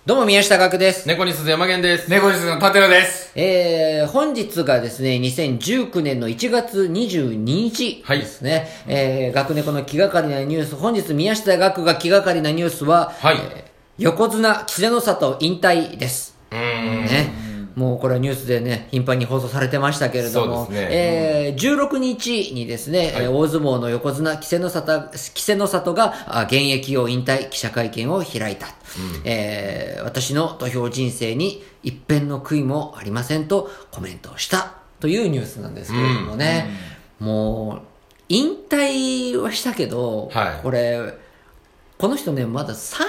どうも宮下岳です。 猫に鈴山源です。 猫に鈴の立野です。 本日がですね、2019年の1月22日ですね。学猫の気がかりなニュース、本日宮下岳が気がかりなニュースは、横綱稀勢の里引退です。ね。もうこれはニュースでね、頻繁に放送されてましたけれども、16日にですね、大相撲の横綱稀勢の里が現役を引退記者会見を開いた。私の土俵人生に一片の悔いもありませんとコメントをしたというニュースなんですけれどもね、もう引退はしたけど、この人ね、まだ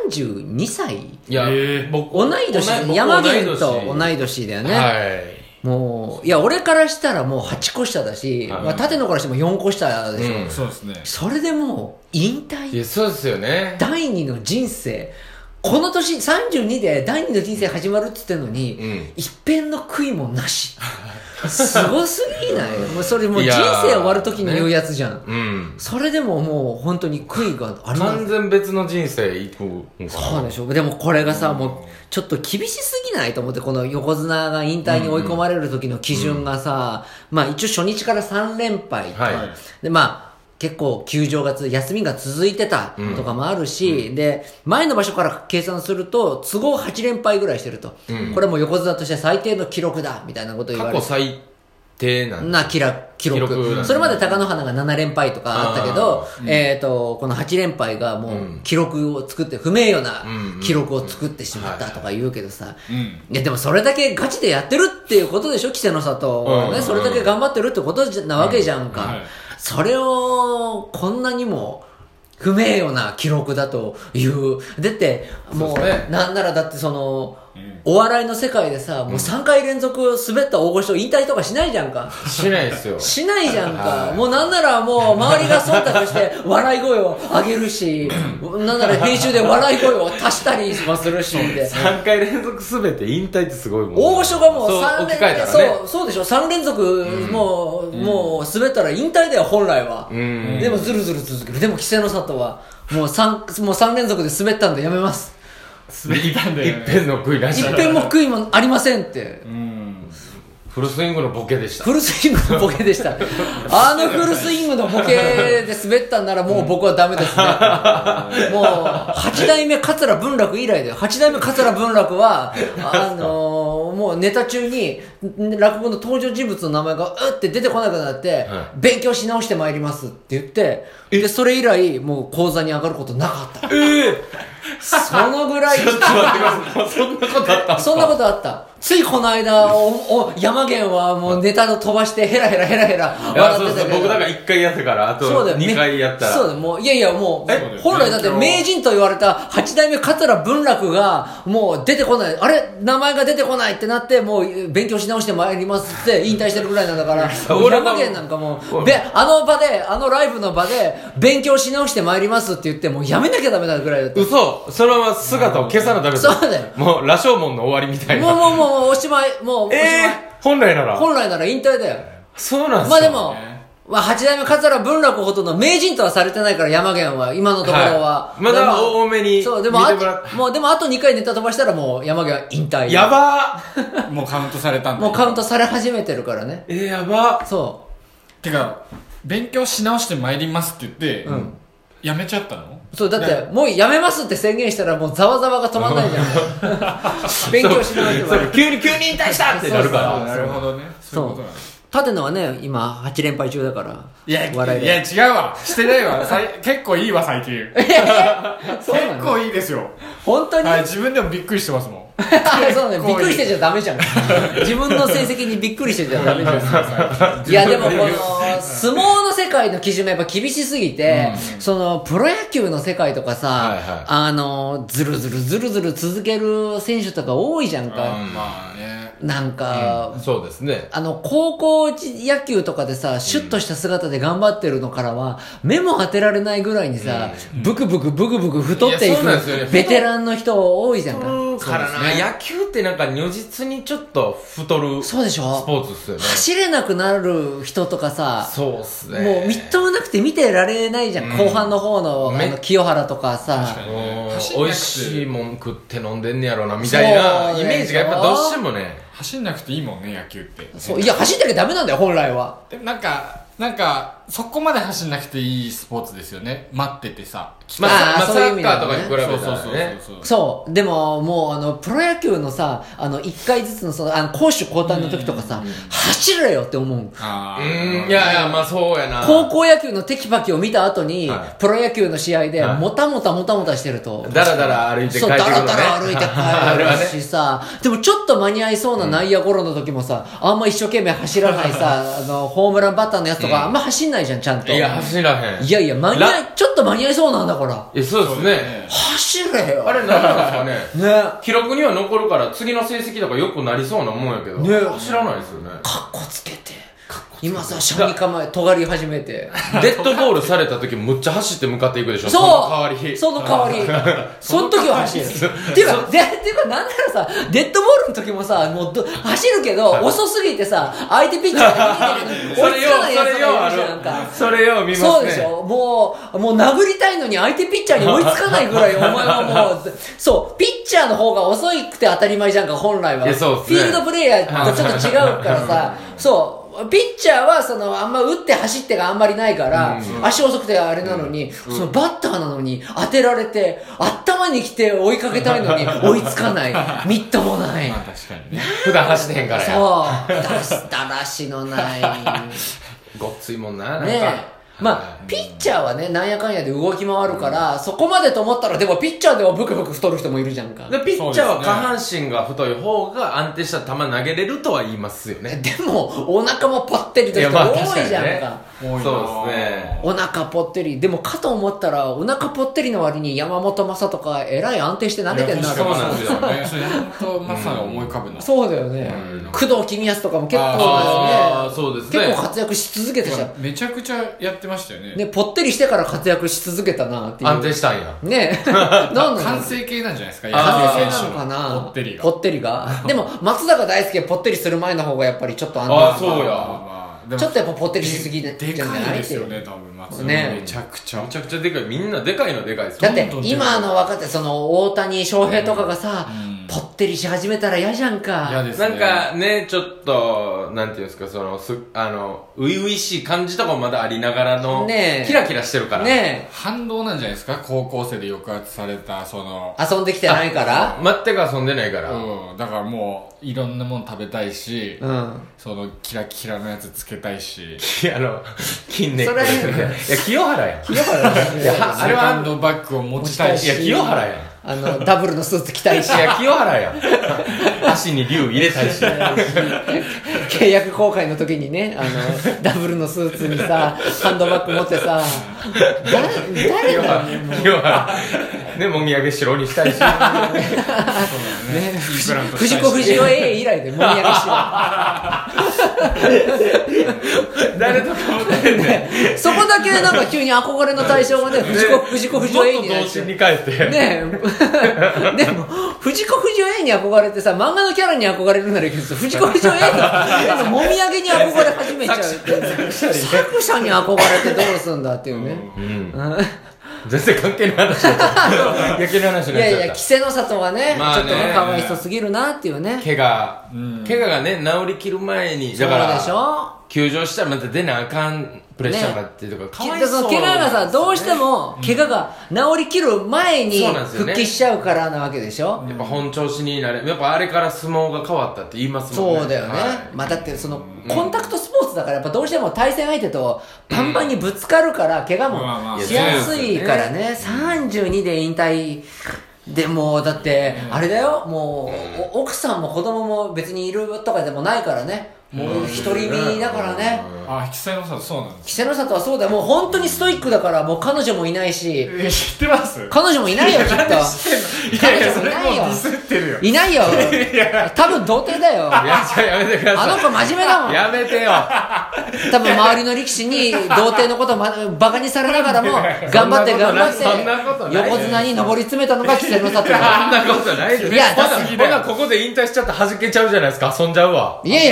32歳。 いや、 僕同い年、山源と同い年だよね。もう、いや、俺からしたらもう8個下だし、立野からしても4個下でしょ。 そうですね。 それでもう、引退。 いや、そうですよね。 第二の人生。この年、32で第二の人生始まるって言ってんのに、一片の悔いもなし。すごすぎない？もうそれもう人生終わる時に言うやつじゃん。それでももう本当に悔いがあります。 完全別の人生行く。 そうでしょ。でもこれがさ、もうちょっと厳しすぎないと思って、この横綱が引退に追い込まれる時の基準がさ、まあ一応初日から3連敗とか、でまあ結構休場が休みが続いてたとかもあるし、で前の場所から計算すると都合8連敗ぐらいしてると、これも横綱として最低の記録だみたいなことを言われて、 過去最低な記録それまで貴乃花が7連敗とかあったけど、この8連敗がもう記録を作って不名誉な記録を作ってしまったとか言うけどさ、いやでもそれだけガチでやってるっていうことでしょ、稀勢の里はね、それだけ頑張ってるってことなわけじゃんか。それをこんなにも不名誉な記録だという。だってもうなんならだってそのお笑いの世界でさ、もう3回連続滑った大御所引退とかしないじゃんか。 しないですよ。 しないじゃんか。もうなんならもう周りが忖度して笑い声を上げるし、なんなら編集で笑い声を足したりもするしで。 3回連続滑って引退ってすごいもん。 大御所がもう3連続、 そうでしょ、3連続もう滑ったら引退だよ本来は。でもずるずる続ける。でも稀勢の里はもう3連続で滑ったんでやめます。 滑ったんだよね。 一片の悔いなし。 一片も悔いもありませんって。 フルスイングのボケでした。 フルスイングのボケでした。あのフルスイングのボケで滑ったんならもう僕はダメですね。もう8代目桂文楽以来だよ。8代目桂文楽はもうネタ中に落語の登場人物の名前がって出てこなくなって、勉強し直してまいりますって言って、でそれ以来もう講座に上がることなかった。そのぐらい。 ちょっと待ってください。そんなことあった。 そんなことあった。ついこの間、山源はもうネタを飛ばしてヘラヘラ笑ってたけど。 僕だから1回やったから、あと2回やったら。 そうだよ、もう、いやもう、本来だって名人と言われた8代目桂文楽がもう出てこない。あれ名前が出てこないってなって、もう勉強し直してまいりますって引退してるぐらいなんだから、山源なんかもう、あの場で、あのライブの場で勉強し直してまいりますって言って、もうやめなきゃダメなぐらいだった。 嘘、そのまま姿を消さなダメだ。 そうだよ。 もう羅生門の終わりみたいな。 もうおしまい、もうおしまい。 本来なら引退だよ。 そうなんですか。 まあでも、8代目桂文楽ほどの名人とはされてないから山源は今のところは、 まだ多めに。 そう、でもあと2回ネタ飛ばしたらもう山源は引退。 やばー。もうカウントされたんだ。 もうカウントされ始めてるからね。 やば。 そうてか勉強し直してまいりますって言って、やめちゃったの？ そうだってもうやめますって宣言したらもうざわざわが止まんないじゃん。勉強し直しても急に引退したってなるから。 なるほどね。そういうことなんです。 立野はね今8連敗中だから。 いや違うわ、してないわ。結構いいわ最近。結構いいですよ。 本当に？ はい、自分でもびっくりしてますもん。 そうね、びっくりしてちゃダメじゃん。自分の成績にびっくりしてちゃダメですよ。いやでもこの相撲の世界の基準がやっぱ厳しすぎて、そのプロ野球の世界とかさ、ずるずる続ける選手とか多いじゃんか。 まあね。 なんか、 そうですね。 高校野球とかでさ、シュッとした姿で頑張ってるのからは、目も当てられないぐらいにさ、ブクブク太っていくベテランの人多いじゃんか。 からな、野球ってなんか如実にちょっと太るそうでしょ。 スポーツっすよね。 走れなくなる人とかさ、 そうっすね。 もうみっともなくて見てられないじゃん、後半の方の清原とかさ。 美味しいもん食って飲んでんねやろなみたいなイメージがやっぱどうしてもね、 走んなくていいもんね、野球って。 そう、いや走んなきゃダメなんだよ本来は。 でもなんかそこまで走んなくていいスポーツですよね。待っててさ、 サッカーとかに比べたらね。 そう、でももうプロ野球のさ、1回ずつの攻守交代の時とかさ、走れよって思う。 いやまあそうやな。 高校野球のテキパキを見た後に、プロ野球の試合でもたもたしてると、 だらだら歩いて帰ってくるね。 そう、だらだら歩いて帰るしさ、でもちょっと間に合いそうな内野ゴロの時もさ、あんま一生懸命走らないさ、ホームランバッターのやつとかあんま走んないじゃん、ちゃんと。 いや走らへん。 いやちょっと間に合いそうなんだから。 そうですね。 走れよ。 あれなんなんですかね。記録には残るから次の成績とか良くなりそうなもんやけど、走らないですよね。 かっこつけて今さ、車に構え尖り始めてデッドボールされた時むっちゃ走って向かっていくでしょ。 そう、 その代わりその時は走るっていうかなんならさ、デッドボールの時もさ、もう走るけど遅すぎてさ、相手ピッチャーが逃げてる追いつかないやつがいるじゃんか。 それよ見ますね。 そうでしょ。もう殴りたいのに相手ピッチャーに追いつかないぐらいお前はもうそうピッチャーの方が遅くて当たり前じゃんか本来は。 フィールドプレイヤーとちょっと違うからさ、そうピッチャーはあんま打って走ってがあんまりないから、足遅くてあれなのに、そのバッターなのに当てられて、頭に来て追いかけたいのに追いつかない。みっともない。 まあ確かにね。 普段走ってへんからや。 そう。だらしのない。 ごっついもんな、なんか。 ねまあ、ピッチャーはね、なんやかんやで動き回るから、そこまでと思ったら、でもピッチャーではブクブク太る人もいるじゃんか。 でピッチャーは下半身が太い方が安定した球投げれるとは言いますよね。 でも、お腹もぽってりと人多いじゃんか。 そうですね。 お腹ぽってり。でもかと思ったら、お腹ぽってりの割に山本昌とか、えらい安定して投げてんだそうなんですよね。 それ山本昌が思い浮かぶの。 そうだよね。工藤公康とかも結構結構活躍し続けてた。 めちゃくちゃやってましたよね。 ね、ぽってりしてから活躍し続けたなっていう。 安定したんや。 ねなんだ完成形なんじゃないですか。 完成形なのかな。 ぽってりが。でも、松坂大輔ぽってりする前の方がやっぱりちょっと安定。 そうや。 ちょっとやっぱぽってりしすぎじゃないでかいですよね、多分松坂。めちゃくちゃでかい。みんなでかいのでかいです。 だって今の若手、大谷翔平とかがさ、ぽってりし始めたら嫌じゃんか。 嫌ですね。 なんかね、ちょっとなんていうんですか、初々しい感じとかもまだありながらの、キラキラしてるからね。 反動なんじゃないですか。高校生で抑圧された遊んできてないから。 全く遊んでないから。 だからもういろんなもの食べたいし、キラキラのやつつけたいし、 筋肉。いや清原やん。 セカンドバッグを持ちたいし。 いや清原やん。 ダブルのスーツ着たいし。 いや清原やん。足に竜入れたいし。 契約更改の時にね、ダブルのスーツにさ、ハンドバッグ持ってさ、誰だよね、もみあげ白にしたいし。 藤子不二雄 A 以来でもみあげ白。 誰とか思ってんねん。そこだけなんか急に憧れの対象がね、藤子不二雄 A になっちゃう。 に帰って。 ねでも、藤子不二雄 A に憧れてさ、漫画のキャラに憧れるならいいけど、藤子不二雄 A のもみあげに憧れ始めちゃうって。作者に憧れてどうすんだっていうね。 全然関係ない話だった野球の話になっちゃった。 いやいや、稀勢の里がね、ちょっとね、かわいそうすぎるなっていうね。 怪我がね、治りきる前に、だからそうでしょ、 休場したらまた出なあかんプレッシャーがあってとか、かわいそう。 怪我がさ、どうしても、怪我が治りきる前に復帰しちゃうからなわけでしょ。 やっぱ本調子になれ、やっぱあれから相撲が変わったって言いますもんね。 そうだよね。まあだってコンタクトスポーツだからやっぱどうしても対戦相手とパンパンにぶつかるから怪我もしやすいからね。32で引退でもだってあれだよ、もう奥さんも子供も別にいるとかでもないからね。もう独り身だからね。 稀勢の里そうなんです。 稀勢の里はそうだよ。もう本当にストイックだから、もう彼女もいないし。 知ってます？ 彼女もいないよ、きっと。彼女もいないよ。いないよ。多分童貞だよ。 いや、じゃあやめてください。 あの子真面目だもん。 やめてよ。 多分周りの力士に童貞のことをバカにされながらも、頑張って横綱に上り詰めたのが稀勢の里だ。 そんなことないです。いや、ほなここで引退しちゃって弾けちゃうじゃないですか。遊んじゃうわ。 いやいや、稀勢の里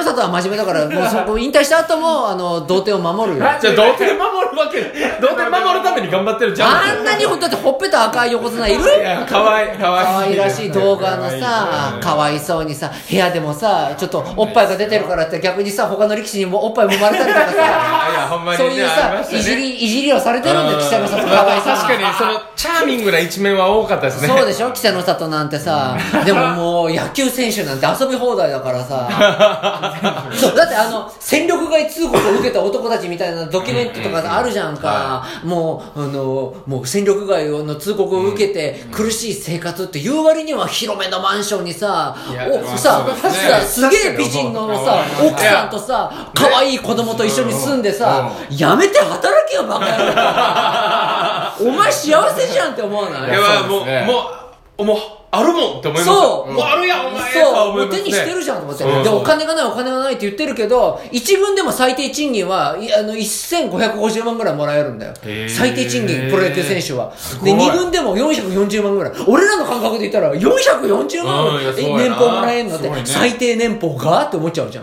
里は真面目だから、もうそこ引退した後も、同点を守るよ。 じゃあ同点守るわけ、同点守るために頑張ってるじゃん。 あんなに、だってほっぺた赤い横綱いる？ いや、かわいらしい動画のさ、かわいそうにさ、部屋でもさ、ちょっとおっぱいが出てるからって逆にさ、他の力士にもおっぱい揉まれたりとかさ、そういうさ、いじりをされてるんだよ、稀勢の里かわいそうに。 確かに、その、チャーミングな一面は多かったですね。 そうでしょ、稀勢の里なんてさ、でももう野球選手なんて遊び放題だからさ、そう、だって戦力外通告を受けた男たちみたいなドキュメントとかあるじゃんか。もう戦力外の通告を受けて苦しい生活っていう割には広めのマンションにさ、すげえ美人のさ、奥さんとさ、可愛い子供と一緒に住んでさ、やめて働けよバカ野郎。お前幸せじゃんって思わない？ いや、もう、あるもんって思います。 そう。 もうあるやん、お前。 そう。もう手にしてるじゃんと思って。で、お金がないって言ってるけど、一軍でも最低賃金は、1550万ぐらいもらえるんだよ。最低賃金、プロ野球選手は。で、二軍でも440万ぐらい。俺らの感覚で言ったら、440万年俸もらえるのって、最低年俸がって思っちゃうじゃん。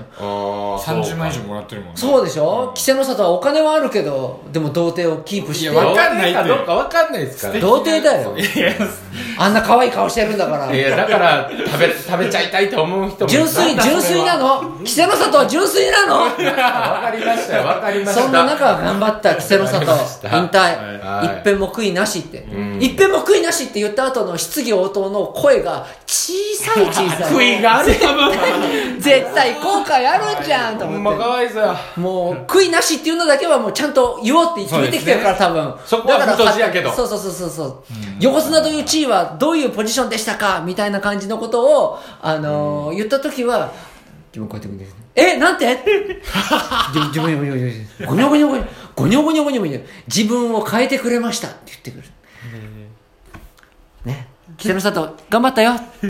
30万以上もらってるもんね。 そうでしょ？稀勢の里はお金はあるけど、でも童貞をキープして。 いや、わかんないかどうかわかんないですから。 童貞だよ。あんな可愛い顔してるんだから。 いや、だから食べちゃいたいと思う人も純粋なの？稀勢の里は純粋なの？ わかりましたよ、わかりました。 そんな中頑張った稀勢の里引退、一遍も悔いなしって、一遍も悔いなしって言った後の質疑応答の声が小さい悔いがある絶対後悔あるじゃんと思って。 かわいそうや。 もう悔いなしっていうのだけはもうちゃんと言おうって決めてきてるから、多分そこは太字やけど。 そう横綱という地位はどういうポジションでしたかみたいな感じのことを言った時は自分こうやって見て、なんて自分ゴニョゴニョ自分を変えてくれましたって言ってくるね。稀勢の里頑張ったよ